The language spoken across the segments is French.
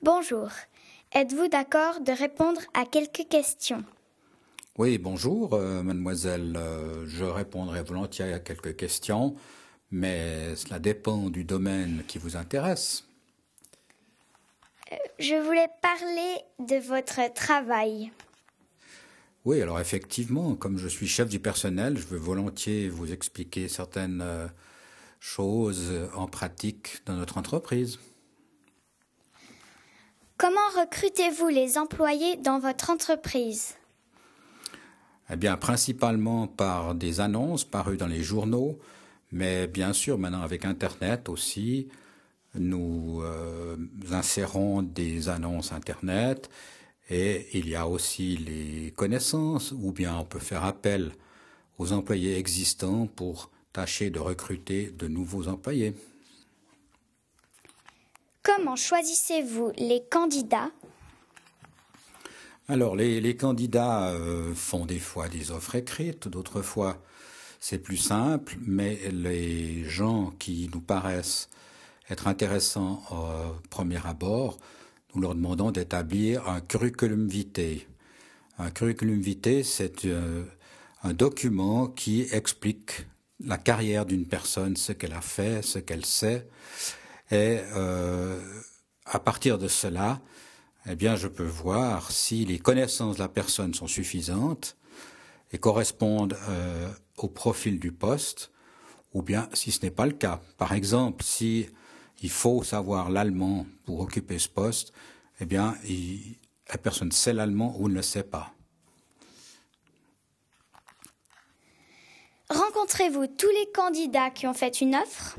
Bonjour. Êtes-vous d'accord de répondre à quelques questions? Oui, bonjour, mademoiselle. Je répondrai volontiers à quelques questions, mais cela dépend du domaine qui vous intéresse. Je voulais parler de votre travail. Oui, alors effectivement, comme je suis chef du personnel, je veux volontiers vous expliquer certaines choses en pratique dans notre entreprise. Comment recrutez-vous les employés dans votre entreprise? Eh bien, principalement par des annonces parues dans les journaux, mais bien sûr, maintenant avec Internet aussi, nous insérons des annonces Internet et il y a aussi les connaissances, ou bien on peut faire appel aux employés existants pour tâcher de recruter de nouveaux employés. Comment choisissez-vous les candidats? Alors, les candidats font des fois des offres écrites, d'autres fois c'est plus simple, mais les gens qui nous paraissent être intéressants au premier abord, nous leur demandons d'établir un curriculum vitae. Un curriculum vitae, c'est un document qui explique la carrière d'une personne, ce qu'elle a fait, ce qu'elle sait, et à partir de cela, eh bien, je peux voir si les connaissances de la personne sont suffisantes et correspondent au profil du poste, ou bien si ce n'est pas le cas. Par exemple, si il faut savoir l'allemand pour occuper ce poste, eh bien, la personne sait l'allemand ou ne le sait pas. Rencontrez-vous tous les candidats qui ont fait une offre?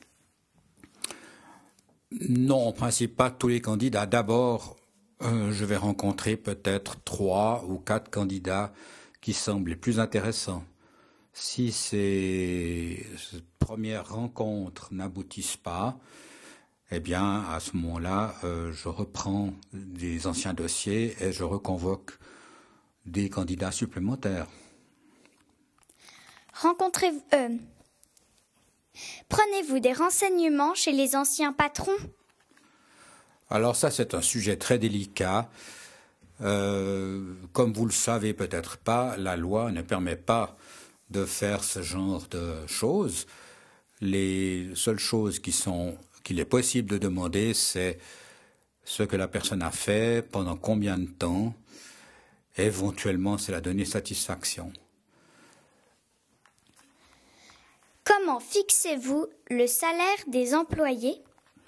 Non, en principe pas tous les candidats. D'abord, je vais rencontrer peut-être 3 ou 4 candidats qui semblent les plus intéressants. Si ces premières rencontres n'aboutissent pas, eh bien, à ce moment-là, je reprends des anciens dossiers et je reconvoque des candidats supplémentaires. Prenez-vous des renseignements chez les anciens patrons? Alors ça, c'est un sujet très délicat. Comme vous le savez peut-être pas, la loi ne permet pas de faire ce genre de choses. Les seules choses qu'il est possible de demander, c'est ce que la personne a fait, pendant combien de temps, et éventuellement, c'est la donner satisfaction. Comment fixez-vous le salaire des employés?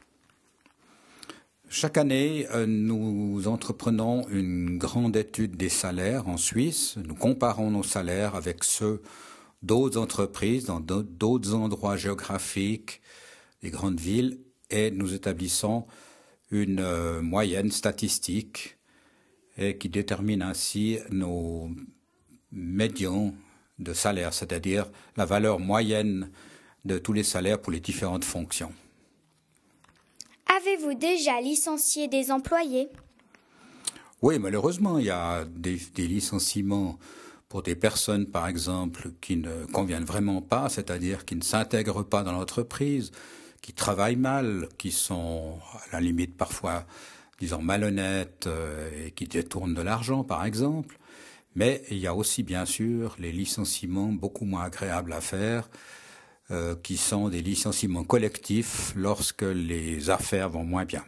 Chaque année, nous entreprenons une grande étude des salaires en Suisse. Nous comparons nos salaires avec ceux d'autres entreprises dans d'autres endroits géographiques, des grandes villes, et nous établissons une moyenne statistique et qui détermine ainsi nos médians de salaire, c'est-à-dire la valeur moyenne de tous les salaires pour les différentes fonctions. Avez-vous déjà licencié des employés? Oui, malheureusement, il y a des licenciements pour des personnes, par exemple, qui ne conviennent vraiment pas, c'est-à-dire qui ne s'intègrent pas dans l'entreprise, qui travaillent mal, qui sont à la limite parfois, disons, malhonnêtes et qui détournent de l'argent, par exemple. Mais il y a aussi, bien sûr, les licenciements beaucoup moins agréables à faire, qui sont des licenciements collectifs lorsque les affaires vont moins bien.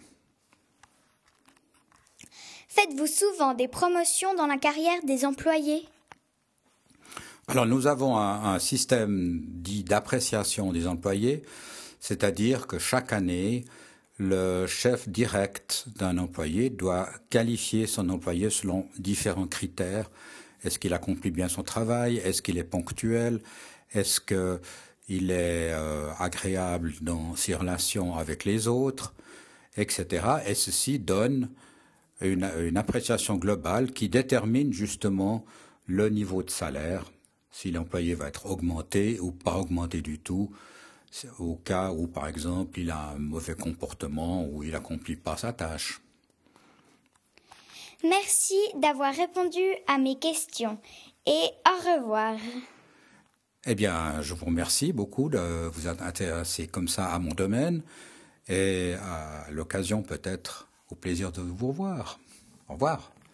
Faites-vous souvent des promotions dans la carrière des employés? Alors nous avons un système dit d'appréciation des employés, c'est-à-dire que chaque année, le chef direct d'un employé doit qualifier son employé selon différents critères. Est-ce qu'il accomplit bien son travail? Est-ce qu'il est ponctuel? Est-ce qu'il est agréable dans ses relations avec les autres, etc. Et ceci donne une appréciation globale qui détermine justement le niveau de salaire, si l'employé va être augmenté ou pas augmenté du tout, au cas où, par exemple, il a un mauvais comportement ou il n'accomplit pas sa tâche. Merci d'avoir répondu à mes questions et au revoir. Eh bien, je vous remercie beaucoup de vous intéresser comme ça à mon domaine et à l'occasion peut-être Au plaisir de vous revoir. Au revoir.